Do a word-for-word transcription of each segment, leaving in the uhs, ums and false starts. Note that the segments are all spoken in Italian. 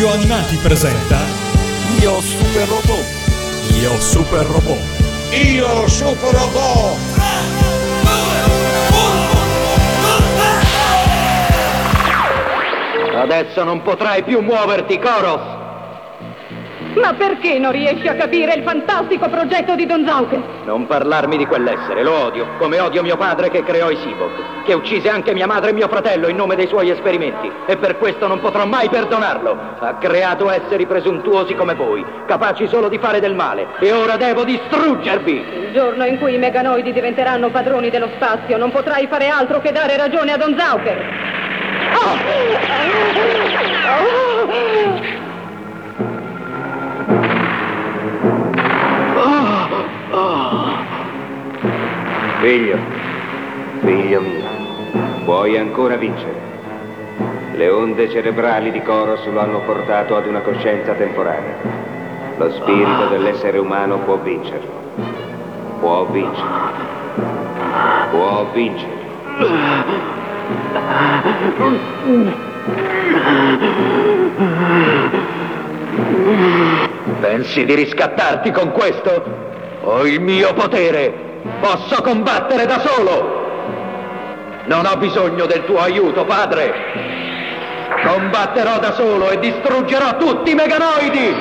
Radio Animati presenta Io Super Robot. Io Super Robot. Io Super Robot. Adesso non potrai più muoverti, Koros! Ma perché non riesci a capire il fantastico progetto di Don Zauke? Non parlarmi di quell'essere, lo odio, come odio mio padre che creò i cyborg, che uccise anche mia madre e mio fratello in nome dei suoi esperimenti, e per questo non potrò mai perdonarlo. Ha creato esseri presuntuosi come voi, capaci solo di fare del male, e ora devo distruggervi! Il giorno in cui i meganoidi diventeranno padroni dello spazio, non potrai fare altro che dare ragione a Don Zauke. Oh! Oh! Figlio, figlio mio, puoi ancora vincere. Le onde cerebrali di Koros lo hanno portato ad una coscienza temporanea. Lo spirito dell'essere umano può vincerlo. Può vincere. Può vincere. Pensi di riscattarti con questo? Ho il mio potere! Posso combattere da solo! Non ho bisogno del tuo aiuto, padre! Combatterò da solo e distruggerò tutti i meganoidi!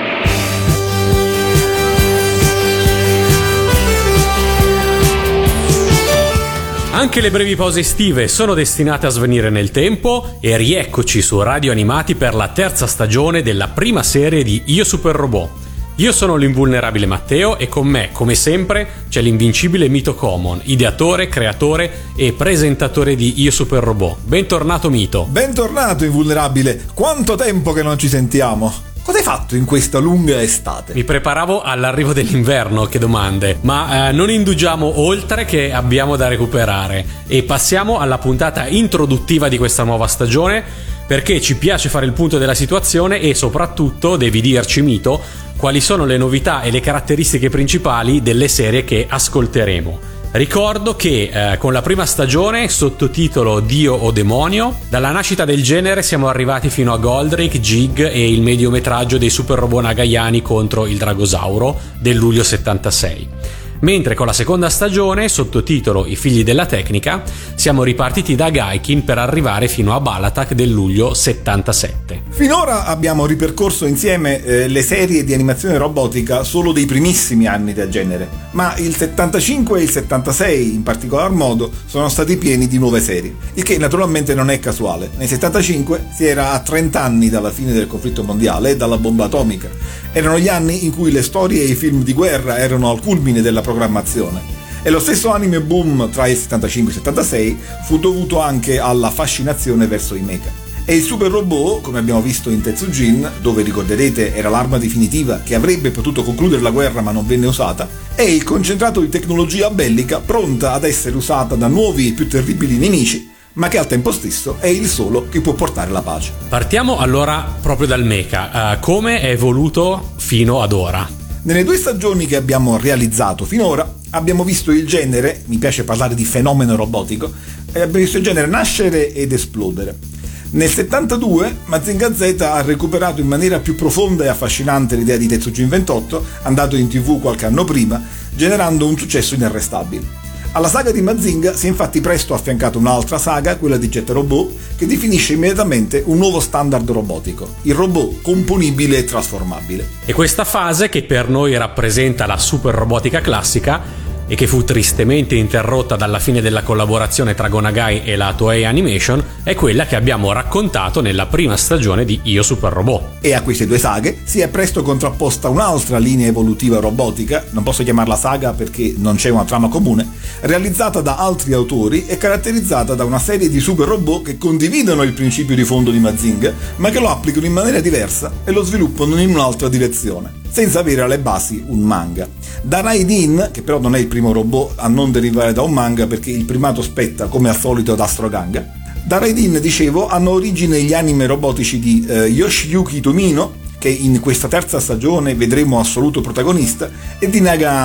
Anche le brevi pause estive sono destinate a svanire nel tempo e rieccoci su Radio Animati per la terza stagione della prima serie di Io Super Robot. Io sono l'invulnerabile Matteo e con me, come sempre, c'è l'invincibile Mito Common, ideatore, creatore e presentatore di Io Super Robot. Bentornato Mito. Bentornato invulnerabile, quanto tempo che non ci sentiamo. Cosa hai fatto in questa lunga estate? Mi preparavo all'arrivo dell'inverno, che domande, ma eh, non indugiamo oltre che abbiamo da recuperare e passiamo alla puntata introduttiva di questa nuova stagione, perché ci piace fare il punto della situazione e soprattutto devi dirci, Mito, quali sono le novità e le caratteristiche principali delle serie che ascolteremo. Ricordo che eh, con la prima stagione, sottotitolo Dio o Demonio, dalla nascita del genere siamo arrivati fino a Goldrick, Jig e il mediometraggio dei super robot nagayani contro il Dragosauro del luglio settantasei. Mentre con la seconda stagione, sottotitolo I figli della tecnica, siamo ripartiti da Gaikin per arrivare fino a Balatak del luglio settantasette. Finora abbiamo ripercorso insieme eh, le serie di animazione robotica solo dei primissimi anni del genere, ma il settantacinque e il settantasei in particolar modo sono stati pieni di nuove serie, il che naturalmente non è casuale. Nel settantacinque si era a trenta anni dalla fine del conflitto mondiale e dalla bomba atomica. Erano gli anni in cui le storie e i film di guerra erano al culmine della programmazione. E lo stesso anime boom tra il settantacinque e il settantasei fu dovuto anche alla fascinazione verso i mecha. E il super robot, come abbiamo visto in Tetsujin, dove ricorderete era l'arma definitiva che avrebbe potuto concludere la guerra ma non venne usata, è il concentrato di tecnologia bellica pronta ad essere usata da nuovi e più terribili nemici, ma che al tempo stesso è il solo che può portare la pace. Partiamo allora proprio dal mecha. Uh, come è evoluto fino ad ora? Nelle due stagioni che abbiamo realizzato finora abbiamo visto il genere, mi piace parlare di fenomeno robotico, abbiamo visto il genere nascere ed esplodere. Nel settantadue Mazinga Z ha recuperato in maniera più profonda e affascinante l'idea di Tetsujin ventotto, andato in tv qualche anno prima, generando un successo inarrestabile. Alla saga di Mazinga si è infatti presto affiancata un'altra saga, quella di Jet Robot, che definisce immediatamente un nuovo standard robotico, il robot componibile e trasformabile. E questa fase, che per noi rappresenta la super robotica classica e che fu tristemente interrotta dalla fine della collaborazione tra Go Nagai e la Toei Animation, è quella che abbiamo raccontato nella prima stagione di Io Super Robot. E a queste due saghe si è presto contrapposta un'altra linea evolutiva robotica, non posso chiamarla saga perché non c'è una trama comune, realizzata da altri autori e caratterizzata da una serie di super robot che condividono il principio di fondo di Mazinga, ma che lo applicano in maniera diversa e lo sviluppano in un'altra direzione, senza avere alle basi un manga. Da Raidin, che però non è il primo robot a non derivare da un manga perché il primato spetta come al solito ad Astro Ganga, da Raidin, dicevo, hanno origine gli anime robotici di eh, Yoshiyuki Tomino, che in questa terza stagione vedremo assoluto protagonista, e di Nagahama,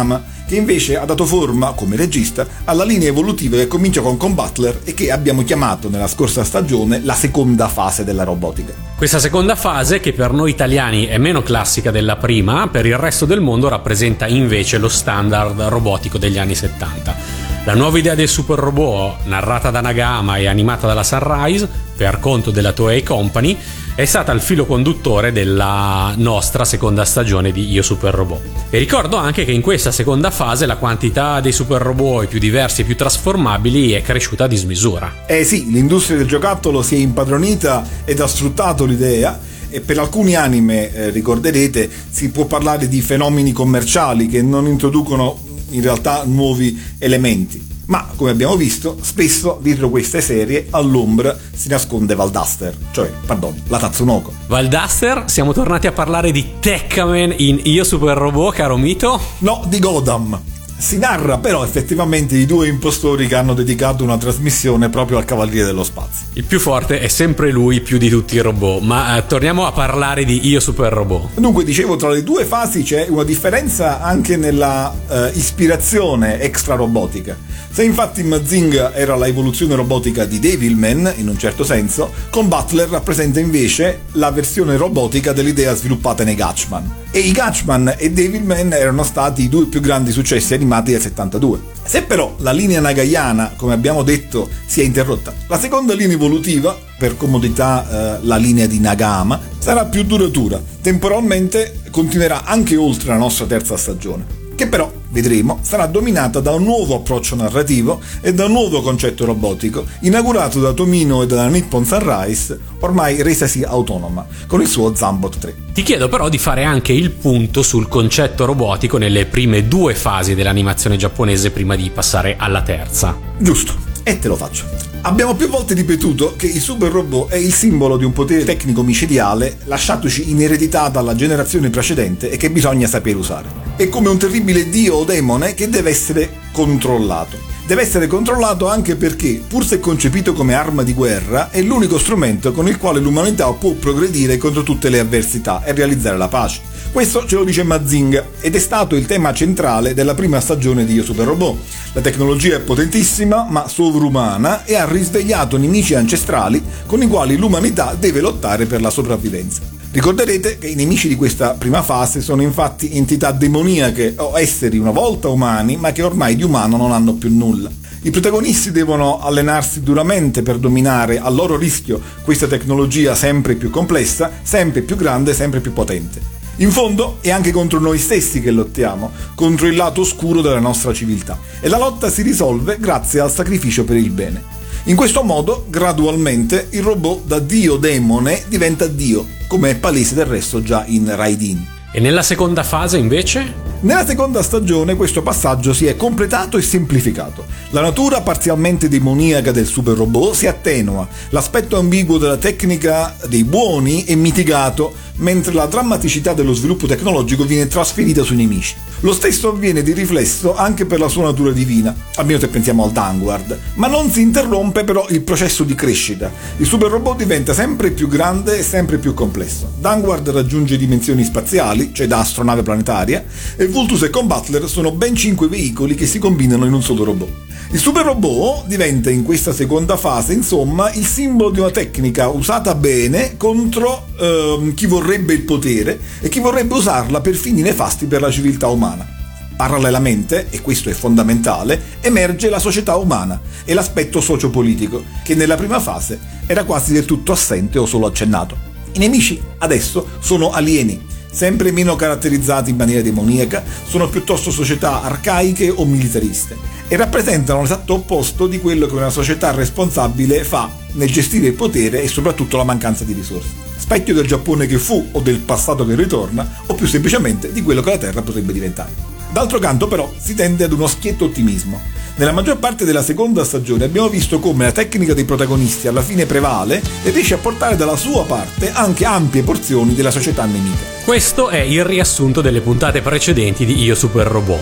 che invece ha dato forma, come regista, alla linea evolutiva che comincia con Con Butler e che abbiamo chiamato nella scorsa stagione la seconda fase della robotica. Questa seconda fase, che per noi italiani è meno classica della prima, per il resto del mondo rappresenta invece lo standard robotico degli anni settanta. La nuova idea del super robot, narrata da Nagahama e animata dalla Sunrise, per conto della Toei Company, è stata il filo conduttore della nostra seconda stagione di Io Super Robot. E ricordo anche che in questa seconda fase la quantità dei super robot, i più diversi e più trasformabili, è cresciuta a dismisura. Eh sì, l'industria del giocattolo si è impadronita ed ha sfruttato l'idea, e per alcuni anime, eh, ricorderete, si può parlare di fenomeni commerciali che non introducono in realtà nuovi elementi. Ma, come abbiamo visto, spesso dietro queste serie all'ombra si nasconde Valdaster, cioè, pardon, la Tatsunoko. Valdaster, siamo tornati a parlare di Tekkaman in Io Super Robot, caro Mito? No, di Godam. Si narra però effettivamente di due impostori che hanno dedicato una trasmissione proprio al Cavaliere dello Spazio. Il più forte è sempre lui, più di tutti i robot, ma eh, torniamo a parlare di Io Super Robot. Dunque, dicevo, tra le due fasi c'è una differenza anche nella eh, ispirazione extra robotica. Se infatti Mazinga era la evoluzione robotica di Devilman, in un certo senso, Con Butler rappresenta invece la versione robotica dell'idea sviluppata nei Gatchman. E i Gatchman e Devilman erano stati i due più grandi successi animati del settantadue. Se però la linea nagayana, come abbiamo detto, si è interrotta, la seconda linea evolutiva, per comodità eh, la linea di Nagahama, sarà più duratura. Temporalmente continuerà anche oltre la nostra terza stagione, che però, vedremo, sarà dominata da un nuovo approccio narrativo e da un nuovo concetto robotico, inaugurato da Tomino e dalla Nippon Sunrise, ormai resasi autonoma, con il suo Zambot tre. Ti chiedo però di fare anche il punto sul concetto robotico nelle prime due fasi dell'animazione giapponese prima di passare alla terza. Giusto, e te lo faccio. Abbiamo più volte ripetuto che il super robot è il simbolo di un potere tecnico micidiale lasciatoci in eredità dalla generazione precedente e che bisogna saper usare. È come un terribile dio o demone che deve essere controllato. Deve essere controllato anche perché, pur se concepito come arma di guerra, è l'unico strumento con il quale l'umanità può progredire contro tutte le avversità e realizzare la pace. Questo ce lo dice Mazinga ed è stato il tema centrale della prima stagione di Io Super Robot. La tecnologia è potentissima ma sovrumana e ha risvegliato nemici ancestrali con i quali l'umanità deve lottare per la sopravvivenza. Ricorderete che i nemici di questa prima fase sono infatti entità demoniache o esseri una volta umani ma che ormai di umano non hanno più nulla. I protagonisti devono allenarsi duramente per dominare a loro rischio questa tecnologia sempre più complessa, sempre più grande, sempre più potente. In fondo è anche contro noi stessi che lottiamo, contro il lato oscuro della nostra civiltà, e la lotta si risolve grazie al sacrificio per il bene. In questo modo, gradualmente, il robot da dio demone diventa dio, come è palese del resto già in Raiden. E nella seconda fase, invece? Nella seconda stagione questo passaggio si è completato e semplificato. La natura parzialmente demoniaca del super robot si attenua, l'aspetto ambiguo della tecnica dei buoni è mitigato, mentre la drammaticità dello sviluppo tecnologico viene trasferita sui nemici. Lo stesso avviene di riflesso anche per la sua natura divina, almeno se pensiamo al Downward, ma non si interrompe però il processo di crescita. Il super robot diventa sempre più grande e sempre più complesso. Downward raggiunge dimensioni spaziali, cioè da astronave planetaria, e Vultus e Con Butler sono ben cinque veicoli che si combinano in un solo robot. Il super robot diventa in questa seconda fase, insomma, il simbolo di una tecnica usata bene contro ehm, chi vorrebbe il potere e chi vorrebbe usarla per fini nefasti per la civiltà umana. Parallelamente, e questo è fondamentale, emerge la società umana e l'aspetto sociopolitico, che nella prima fase era quasi del tutto assente o solo accennato. I nemici adesso sono alieni, sempre meno caratterizzati in maniera demoniaca, sono piuttosto società arcaiche o militariste e rappresentano l'esatto opposto di quello che una società responsabile fa nel gestire il potere e soprattutto la mancanza di risorse. Specchio del Giappone che fu o del passato che ritorna o più semplicemente di quello che la Terra potrebbe diventare. D'altro canto però si tende ad uno schietto ottimismo. Nella maggior parte della seconda stagione abbiamo visto come la tecnica dei protagonisti alla fine prevale e riesce a portare dalla sua parte anche ampie porzioni della società nemica. Questo è il riassunto delle puntate precedenti di Io Super Robot.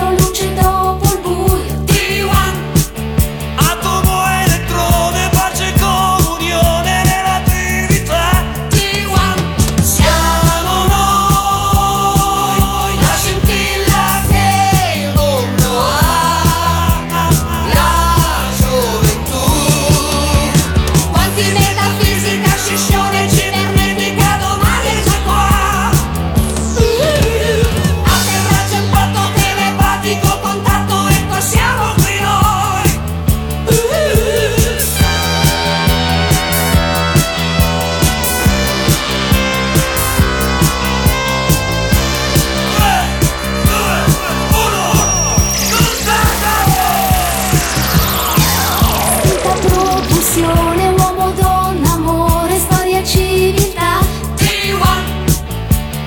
Atomo, elettrone, pace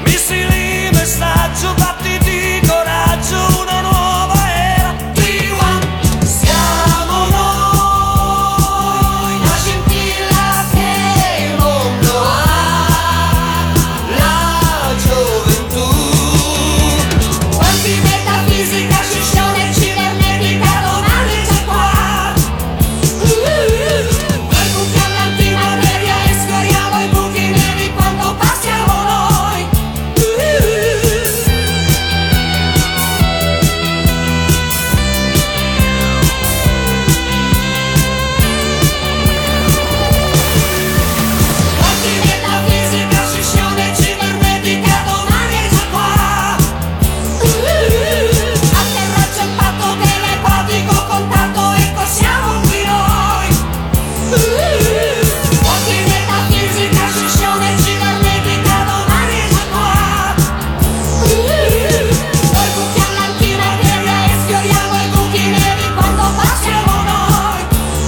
Missili, messaggio, battiti, coraggio, una nuova era. T uno, siamo noi, la scintilla che il mondo ha, la gioventù. Quanti metafisica, scissione, cibernetica, domani c'è qua. Noi buchiamo l'antimateria e sforiamo i buchi neri quando passiamo noi. Quanti metafisica, scissione, cibernetica, domani c'è qua. Atterraggio, impatto telepatico, contatto, ecco siamo qui noi. Quanti metafisica, scissione, cibernetica, domani c'è qua. Noi buchiamo l'antimateria e sfioriamo i buchi neri quando passiamo noi.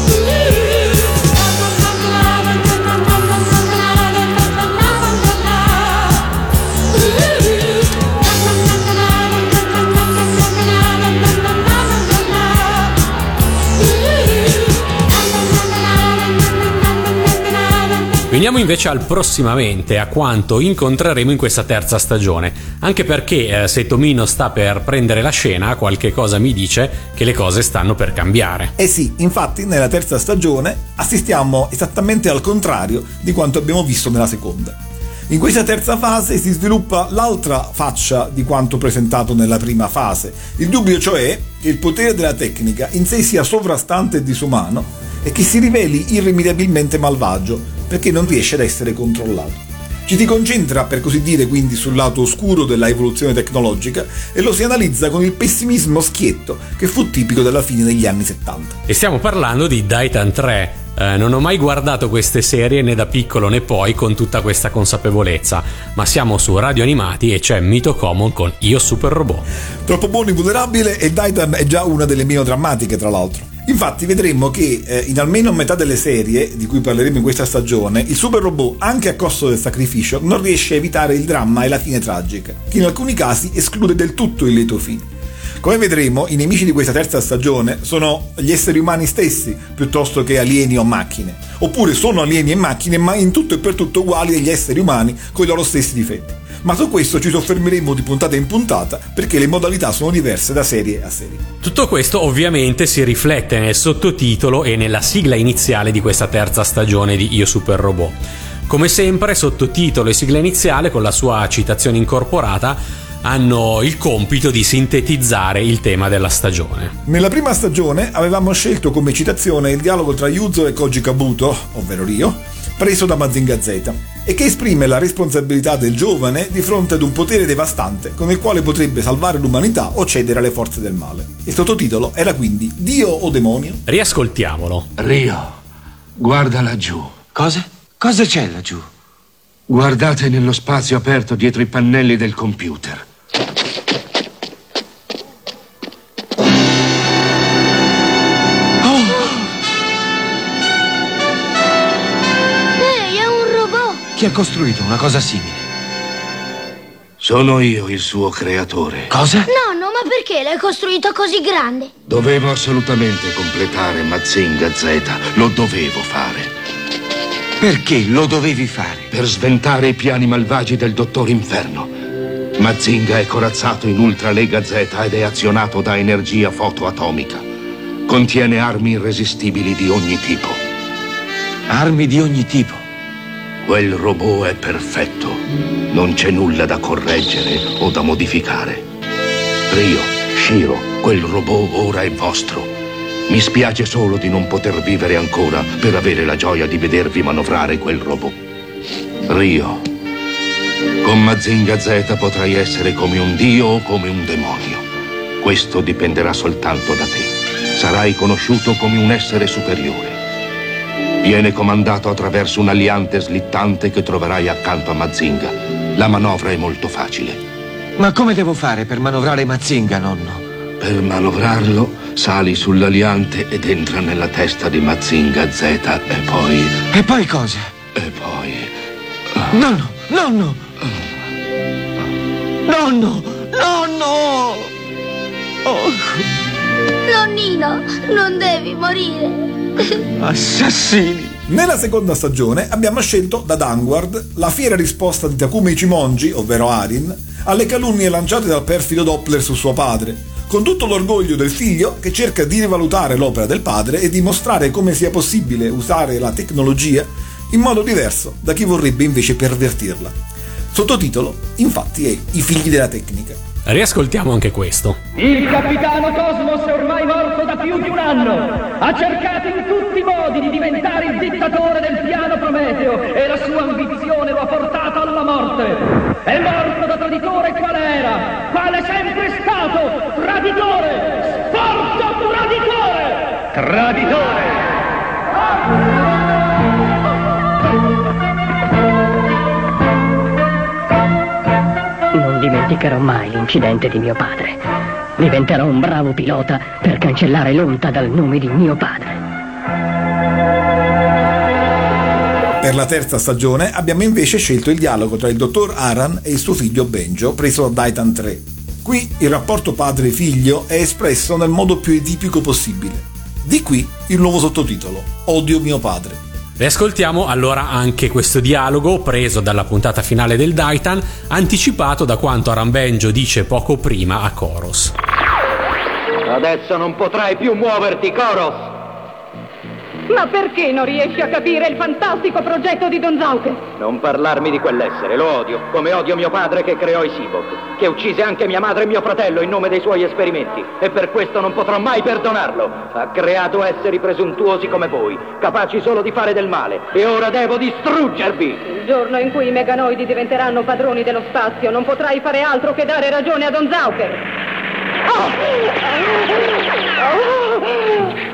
Veniamo invece al prossimamente, a quanto incontreremo in questa terza stagione, anche perché eh, se Tomino sta per prendere la scena, qualche cosa mi dice che le cose stanno per cambiare. Eh sì, infatti nella terza stagione assistiamo esattamente al contrario di quanto abbiamo visto nella seconda. In questa terza fase si sviluppa l'altra faccia di quanto presentato nella prima fase, il dubbio cioè che il potere della tecnica in sé sia sovrastante e disumano e che si riveli irrimediabilmente malvagio perché non riesce ad essere controllato. Ci si concentra, per così dire, quindi sul lato oscuro della evoluzione tecnologica e lo si analizza con il pessimismo schietto che fu tipico della fine degli anni settanta. E stiamo parlando di Daitan tre. Eh, non ho mai guardato queste serie né da piccolo né poi con tutta questa consapevolezza, ma siamo su Radio Animati e c'è Mito Common con Io Super Robot. Troppo buono, invulnerabile, e Daitan è già una delle meno drammatiche, tra l'altro. Infatti vedremo che eh, in almeno metà delle serie di cui parleremo in questa stagione il super robot, anche a costo del sacrificio, non riesce a evitare il dramma e la fine tragica, che in alcuni casi esclude del tutto il lieto fine. Come vedremo, i nemici di questa terza stagione sono gli esseri umani stessi piuttosto che alieni o macchine, oppure sono alieni e macchine ma in tutto e per tutto uguali agli esseri umani con i loro stessi difetti. Ma su questo ci soffermeremo di puntata in puntata perché le modalità sono diverse da serie a serie. Tutto questo ovviamente si riflette nel sottotitolo e nella sigla iniziale di questa terza stagione di Io Super Robot. Come sempre, sottotitolo e sigla iniziale con la sua citazione incorporata hanno il compito di sintetizzare il tema della stagione. Nella prima stagione avevamo scelto come citazione il dialogo tra Yuzo e Koji Kabuto, ovvero Ryo, preso da Mazinga Z, e che esprime la responsabilità del giovane di fronte ad un potere devastante con il quale potrebbe salvare l'umanità o cedere alle forze del male. Il sottotitolo era quindi Dio o demonio? Riascoltiamolo. Ryo, guarda laggiù. Cosa? Cosa c'è laggiù? Guardate nello spazio aperto dietro i pannelli del computer. Chi ha costruito una cosa simile? Sono io il suo creatore. Cosa? Nonno, ma perché l'hai costruito così grande? Dovevo assolutamente completare Mazinga Z. Lo dovevo fare. Perché lo dovevi fare? Per sventare i piani malvagi del Dottor Inferno. Mazinga è corazzato in Ultralega Z ed è azionato da energia fotoatomica. Contiene armi irresistibili di ogni tipo. Armi di ogni tipo? Quel robot è perfetto. Non c'è nulla da correggere o da modificare. Ryo, Shiro, quel robot ora è vostro. Mi spiace solo di non poter vivere ancora per avere la gioia di vedervi manovrare quel robot. Ryo, con Mazinga Z potrai essere come un dio o come un demonio. Questo dipenderà soltanto da te. Sarai conosciuto come un essere superiore. Viene comandato attraverso un aliante slittante che troverai accanto a Mazinga. La manovra è molto facile. Ma come devo fare per manovrare Mazinga, nonno? Per manovrarlo, sali sull'aliante ed entra nella testa di Mazinga Z e poi... E poi cosa? E poi... Nonno, nonno! Nonno! Nonno! Oh. Nonnino, non devi morire. Assassini! Nella seconda stagione abbiamo scelto da Danguard la fiera risposta di Takumi Ichimonji, ovvero Arin, alle calunnie lanciate dal perfido Doppler su suo padre, con tutto l'orgoglio del figlio che cerca di rivalutare l'opera del padre e dimostrare come sia possibile usare la tecnologia in modo diverso da chi vorrebbe invece pervertirla. Sottotitolo, infatti, è I figli della tecnica. Riascoltiamo anche questo. Il capitano Cosmos è ormai morto da più di un anno. Ha cercato in tutti i modi di diventare il dittatore del piano Prometeo e la sua ambizione lo ha portato alla morte. È morto da traditore quale era, quale sempre stato, traditore, sporco traditore! Traditore! Non dimenticherò mai l'incidente di mio padre. Diventerò un bravo pilota per cancellare l'onta dal nome di mio padre. Per la terza stagione abbiamo invece scelto il dialogo tra il dottor Aran e il suo figlio Benjo, preso da Daitan tre. Qui il rapporto padre-figlio è espresso nel modo più edipico possibile. Di qui il nuovo sottotitolo, Odio mio padre. Riascoltiamo allora anche questo dialogo preso dalla puntata finale del Daitan, anticipato da quanto Aran Benjo dice poco prima a Koros. Adesso non potrai più muoverti, Koros! Ma perché non riesci a capire il fantastico progetto di Don Zauker? Non parlarmi di quell'essere, lo odio, come odio mio padre che creò i Sibok, che uccise anche mia madre e mio fratello in nome dei suoi esperimenti, e per questo non potrò mai perdonarlo. Ha creato esseri presuntuosi come voi, capaci solo di fare del male, e ora devo distruggervi! Il giorno in cui i meganoidi diventeranno padroni dello spazio, non potrai fare altro che dare ragione a Don Zauker. Oh! Oh!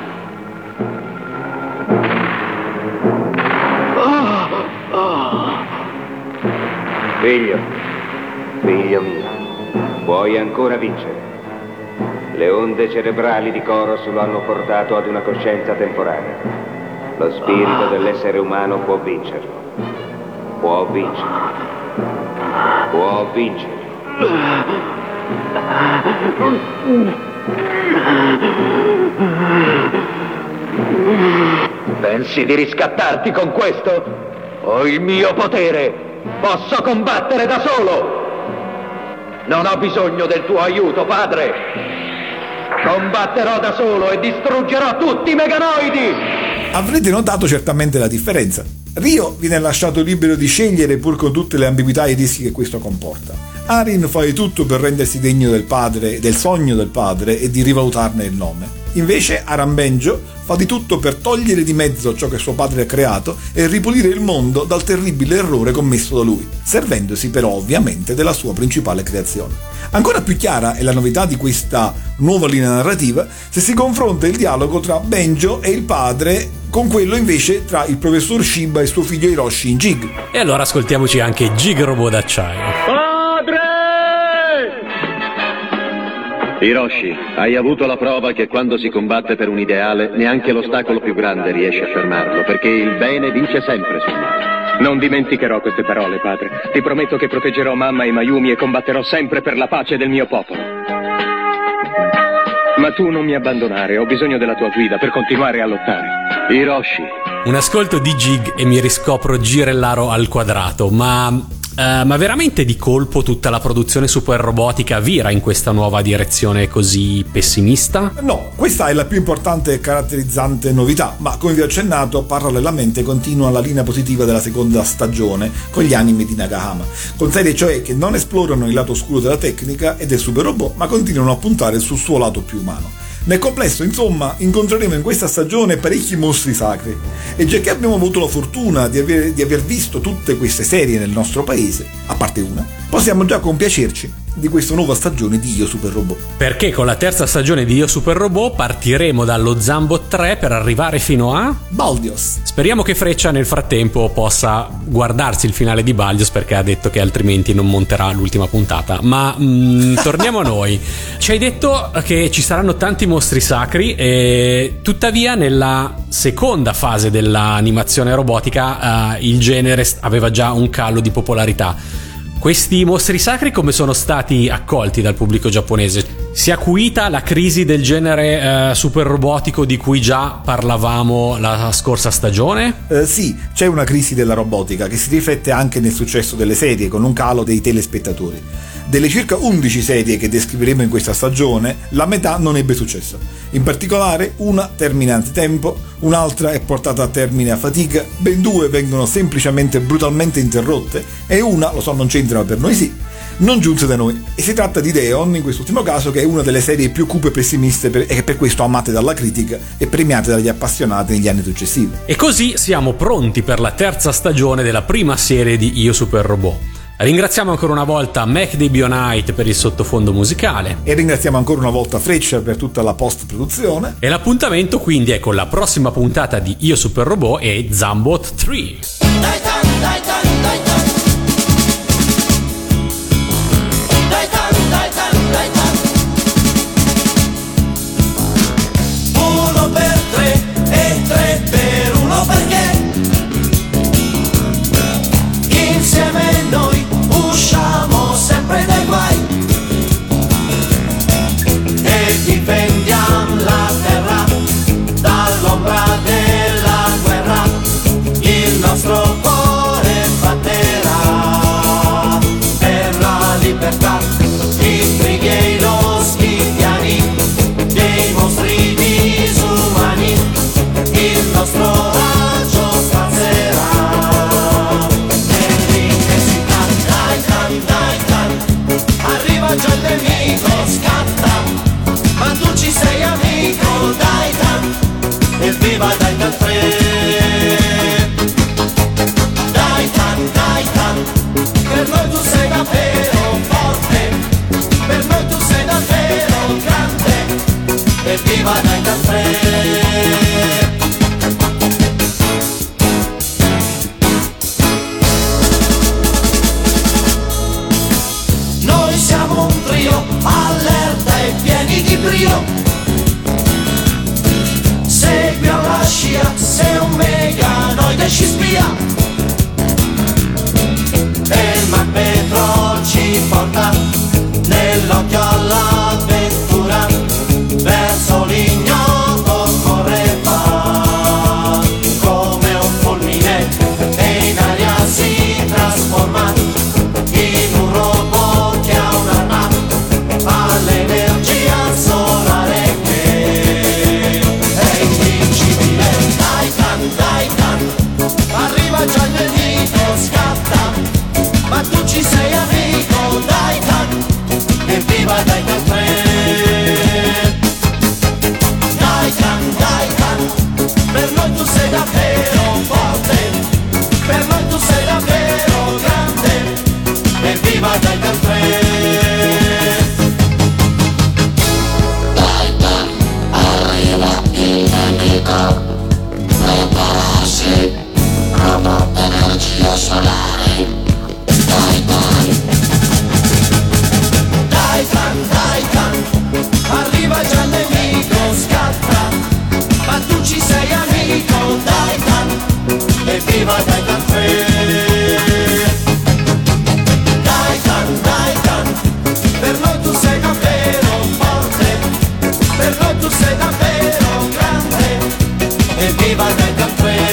Figlio, figlio mio, puoi ancora vincere. Le onde cerebrali di Koros lo hanno portato ad una coscienza temporanea. Lo spirito dell'essere umano può vincerlo. Può vincere. Può vincere. Pensi di riscattarti con questo? Ho il mio potere! Posso combattere da solo! Non ho bisogno del tuo aiuto, padre! Combatterò da solo e distruggerò tutti i meganoidi! Avrete notato certamente la differenza. Ryo viene lasciato libero di scegliere pur con tutte le ambiguità e i rischi che questo comporta. Arin fa di tutto per rendersi degno del padre, del sogno del padre e di rivalutarne il nome. Invece Aran Benjo fa di tutto per togliere di mezzo ciò che suo padre ha creato e ripulire il mondo dal terribile errore commesso da lui, servendosi però ovviamente della sua principale creazione. Ancora più chiara è la novità di questa nuova linea narrativa se si confronta il dialogo tra Benjo e il padre con quello invece tra il professor Shiba e suo figlio Hiroshi in Jig. E allora ascoltiamoci anche Jig Robot d'acciaio. Hiroshi, hai avuto la prova che quando si combatte per un ideale neanche l'ostacolo più grande riesce a fermarlo, perché il bene vince sempre sul male. Non dimenticherò queste parole, padre. Ti prometto che proteggerò mamma e Mayumi e combatterò sempre per la pace del mio popolo. Ma tu non mi abbandonare, ho bisogno della tua guida per continuare a lottare. Hiroshi. Un ascolto di Jig e mi riscopro Girellaro al quadrato, ma... Uh, ma veramente di colpo tutta la produzione super robotica vira in questa nuova direzione così pessimista? No, questa è la più importante e caratterizzante novità, ma come vi ho accennato, parallelamente continua la linea positiva della seconda stagione con gli anime di Nagahama, con serie cioè che non esplorano il lato oscuro della tecnica e del super robot, ma continuano a puntare sul suo lato più umano. Nel complesso, insomma, incontreremo in questa stagione parecchi mostri sacri e già che abbiamo avuto la fortuna di aver, di aver visto tutte queste serie nel nostro paese, a parte una, possiamo già compiacerci di questa nuova stagione di Io Super Robot. Perché con la terza stagione di Io Super Robot partiremo dallo Zambot tre per arrivare fino a... Baldios. Speriamo che Freccia nel frattempo possa guardarsi il finale di Baldios, perché ha detto che altrimenti non monterà l'ultima puntata. Ma mm, torniamo a noi. Ci hai detto che ci saranno tanti mostri sacri e tuttavia nella seconda fase dell'animazione robotica uh, il genere aveva già un calo di popolarità. Questi mostri sacri come sono stati accolti dal pubblico giapponese? Si è acuita la crisi del genere eh, super robotico di cui già parlavamo la scorsa stagione? Eh, sì, c'è una crisi della robotica che si riflette anche nel successo delle serie, con un calo dei telespettatori. Delle circa undici serie che descriveremo in questa stagione, la metà non ebbe successo. In particolare, una termina antitempo, un'altra è portata a termine a fatica, ben due vengono semplicemente brutalmente interrotte e una, lo so non c'entra ma per noi sì, non giunse da noi. E si tratta di Deon, in quest'ultimo caso, che è una delle serie più cupe e pessimiste per, e per questo amate dalla critica e premiate dagli appassionati negli anni successivi. E così siamo pronti per la terza stagione della prima serie di Io Super Robot. Ringraziamo ancora una volta Mac D B O Night per il sottofondo musicale. E ringraziamo ancora una volta Freccia per tutta la post-produzione. E l'appuntamento quindi è con la prossima puntata di Io Super Robot e Zambot tre. Dai tan, dai tan, dai tan. Dai tan, dai tan, dai tan. Uno per tre e tre per uno perché insieme noi usciamo sempre dai guai e difendiamo la terra dall'ombra della guerra. Il nostro cuore batterà per la libertà. I brighi e lo schifiani dei mostri disumani. Il nostro raggio spazzerà nell'immensità. Dai tan, dai tan, arriva già il nemico, scatta, ma tu ci sei amico. Dai tan, evviva dai tan tre. Per noi tu sei davvero forte, per noi tu sei davvero grande, e viva Titan tre. Noi siamo un trio, allerta e pieni di brio. Segui alla scia, sei un meganoide ci spia. E il Magneto ci porta nell'occhio all'avventura, verso l'ignoto correva come un fulmine e in aria si trasforma in un robot che ha un'arma all'energia solare che è invincibile. Dai tan, dai tan, arriva già il nemico, scatta, ma tu ci sei amico. Dai tan, evviva dai tan tre. Dai tan, dai tan, per noi tu sei davvero forte, per noi tu sei davvero grande, evviva dai tan tre. Dai tan, arriva il nemico, prepararsi, robot energia solare. Dai tan, dai tan, arriva già il nemico, scatta, ma tu ci sei amico. Dai tan, evviva dai tan tre. Dai tan, dai tan, per noi tu sei davvero forte, per noi tu sei davvero grande, evviva dai tan tre.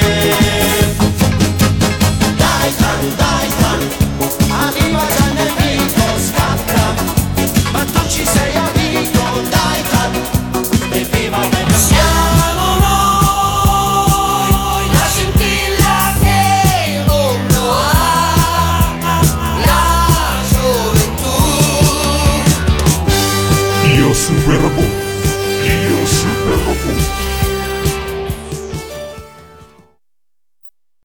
Dai tan, dai tan, arriva già il nemico, scatta, ma tu ci sei amico. Dai tan, evviva dai tan. Siamo noi, la scintilla che il mondo ha, la gioventù. Io Super Robot.